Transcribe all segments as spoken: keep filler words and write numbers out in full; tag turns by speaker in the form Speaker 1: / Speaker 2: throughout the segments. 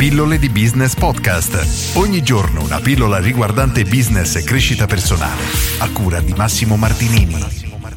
Speaker 1: Pillole di Business Podcast. Ogni giorno una pillola riguardante business e crescita personale. A cura di Massimo Martinini.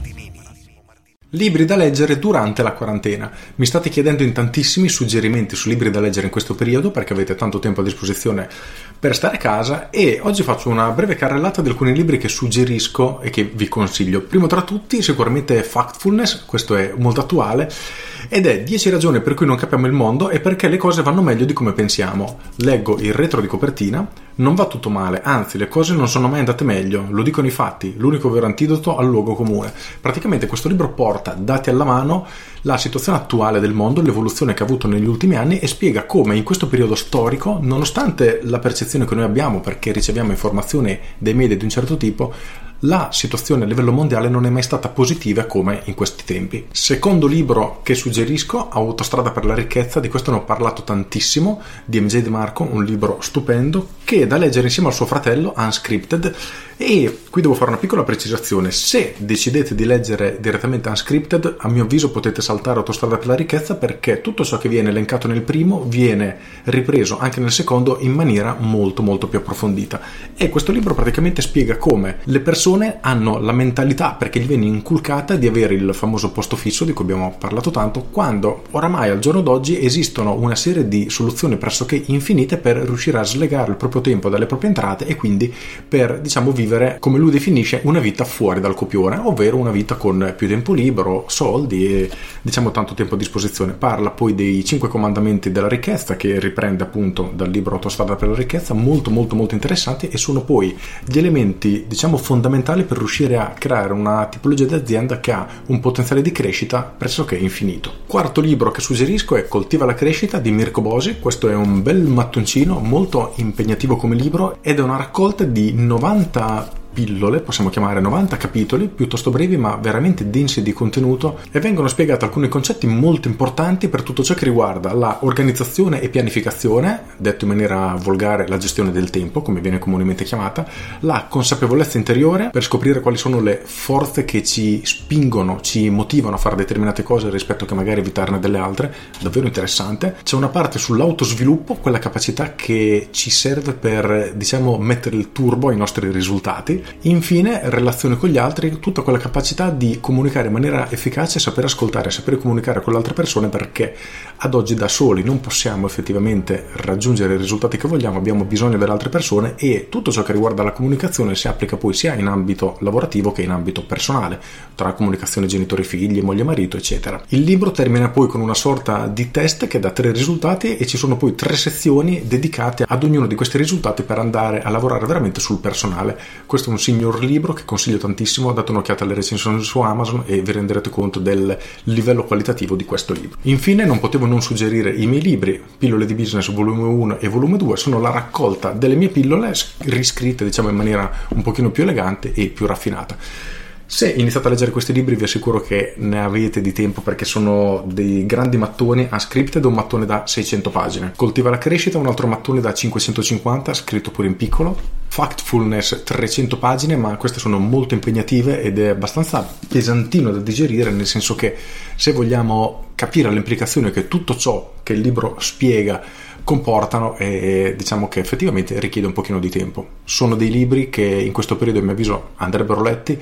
Speaker 2: Libri da leggere durante la quarantena. Mi state chiedendo in tantissimi suggerimenti su libri da leggere in questo periodo perché avete tanto tempo a disposizione per stare a casa, e oggi faccio una breve carrellata di alcuni libri che suggerisco e che vi consiglio. Primo tra tutti sicuramente Factfulness, questo è molto attuale ed è dieci ragioni per cui non capiamo il mondo e perché le cose vanno meglio di come pensiamo. Leggo il retro di copertina. Non va tutto male, anzi le cose non sono mai andate meglio, lo dicono i fatti, l'unico vero antidoto al luogo comune. Praticamente questo libro porta, dati alla mano, la situazione attuale del mondo, l'evoluzione che ha avuto negli ultimi anni e spiega come in questo periodo storico, nonostante la percezione che noi abbiamo perché riceviamo informazioni dai media di un certo tipo, la situazione a livello mondiale non è mai stata positiva come in questi tempi. Secondo libro che suggerisco, Autostrada per la ricchezza, di questo ne ho parlato tantissimo, di M J DeMarco, un libro stupendo che è da leggere insieme al suo fratello Unscripted. E qui devo fare una piccola precisazione: se decidete di leggere direttamente Unscripted, a mio avviso potete saltare Autostrada per la ricchezza, perché tutto ciò che viene elencato nel primo viene ripreso anche nel secondo in maniera molto molto più approfondita. E questo libro praticamente spiega come le persone hanno la mentalità, perché gli viene inculcata, di avere il famoso posto fisso di cui abbiamo parlato tanto, quando oramai al giorno d'oggi esistono una serie di soluzioni pressoché infinite per riuscire a slegare il proprio tempo dalle proprie entrate e quindi per, diciamo, vivere, come lui definisce, una vita fuori dal copione, ovvero una vita con più tempo libero, soldi e, diciamo, tanto tempo a disposizione. Parla poi dei cinque comandamenti della ricchezza, che riprende appunto dal libro Autostrada per la ricchezza, molto molto molto interessanti, e sono poi gli elementi, diciamo, fondamentali per riuscire a creare una tipologia di azienda che ha un potenziale di crescita pressoché infinito. Quarto libro che suggerisco è Coltiva la crescita di Mirko Bosi. Questo è un bel mattoncino, molto impegnativo come libro, ed è una raccolta di novanta pillole, possiamo chiamare novanta capitoli, piuttosto brevi ma veramente densi di contenuto, e vengono spiegati alcuni concetti molto importanti per tutto ciò che riguarda la organizzazione e pianificazione, detto in maniera volgare la gestione del tempo, come viene comunemente chiamata, la consapevolezza interiore per scoprire quali sono le forze che ci spingono, ci motivano a fare determinate cose rispetto che magari evitarne delle altre. Davvero interessante. C'è una parte sull'autosviluppo, quella capacità che ci serve per, diciamo, mettere il turbo ai nostri risultati. Infine, relazione con gli altri, tutta quella capacità di comunicare in maniera efficace, sapere ascoltare, sapere comunicare con le altre persone, perché ad oggi da soli non possiamo effettivamente raggiungere i risultati che vogliamo, abbiamo bisogno delle altre persone, e tutto ciò che riguarda la comunicazione si applica poi sia in ambito lavorativo che in ambito personale, tra comunicazione genitori-figli, moglie-marito, eccetera. Il libro termina poi con una sorta di test che dà tre risultati, e ci sono poi tre sezioni dedicate ad ognuno di questi risultati per andare a lavorare veramente sul personale. Questo è un signor libro che consiglio tantissimo, date un'occhiata alle recensioni su Amazon e vi renderete conto del livello qualitativo di questo libro. Infine non potevo non suggerire i miei libri. Pillole di Business volume uno e volume due sono la raccolta delle mie pillole riscritte, diciamo, in maniera un pochino più elegante e più raffinata. Se iniziate a leggere questi libri vi assicuro che ne avete di tempo, perché sono dei grandi mattoni. Unscripted è un mattone da seicento pagine, Coltiva la crescita un altro mattone da cinquecentocinquanta, scritto pure in piccolo, Factfulness trecento pagine, ma queste sono molto impegnative ed è abbastanza pesantino da digerire, nel senso che se vogliamo capire le implicazioni che tutto ciò che il libro spiega comportano, e diciamo che effettivamente richiede un pochino di tempo. Sono dei libri che in questo periodo, a mio avviso, andrebbero letti,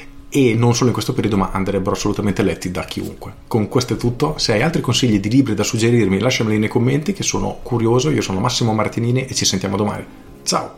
Speaker 2: e non solo in questo periodo, ma andrebbero assolutamente letti da chiunque. Con questo è tutto. Se hai altri consigli di libri da suggerirmi, lasciameli nei commenti, che sono curioso. Io sono Massimo Martinini e ci sentiamo domani. Ciao!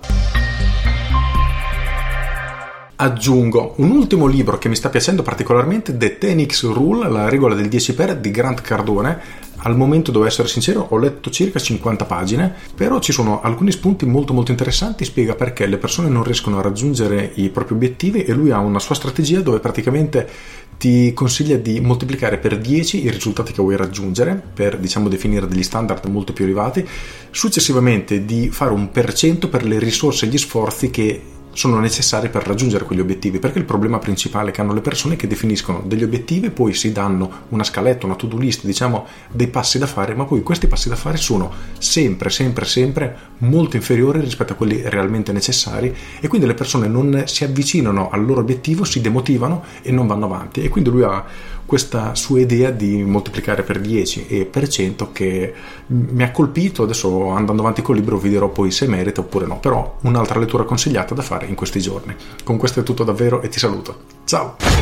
Speaker 2: Aggiungo un ultimo libro che mi sta piacendo particolarmente, The ten X Rule, la regola del dieci per di Grant Cardone. Al momento, devo essere sincero, ho letto circa cinquanta pagine, però ci sono alcuni spunti molto molto interessanti. Spiega perché le persone non riescono a raggiungere i propri obiettivi, e lui ha una sua strategia dove praticamente ti consiglia di moltiplicare per dieci i risultati che vuoi raggiungere, per, diciamo, definire degli standard molto più elevati, successivamente di fare un per cento per le risorse e gli sforzi che sono necessari per raggiungere quegli obiettivi, perché il problema principale che hanno le persone è che definiscono degli obiettivi, poi si danno una scaletta, una to-do list, diciamo, dei passi da fare, ma poi questi passi da fare sono sempre, sempre, sempre molto inferiori rispetto a quelli realmente necessari, e quindi le persone non si avvicinano al loro obiettivo, si demotivano e non vanno avanti. E quindi lui ha questa sua idea di moltiplicare per dieci e per cento che mi ha colpito. Adesso, andando avanti col libro, vi dirò poi se merita oppure no, però un'altra lettura consigliata da fare in questi giorni. Con questo è tutto davvero e ti saluto. Ciao!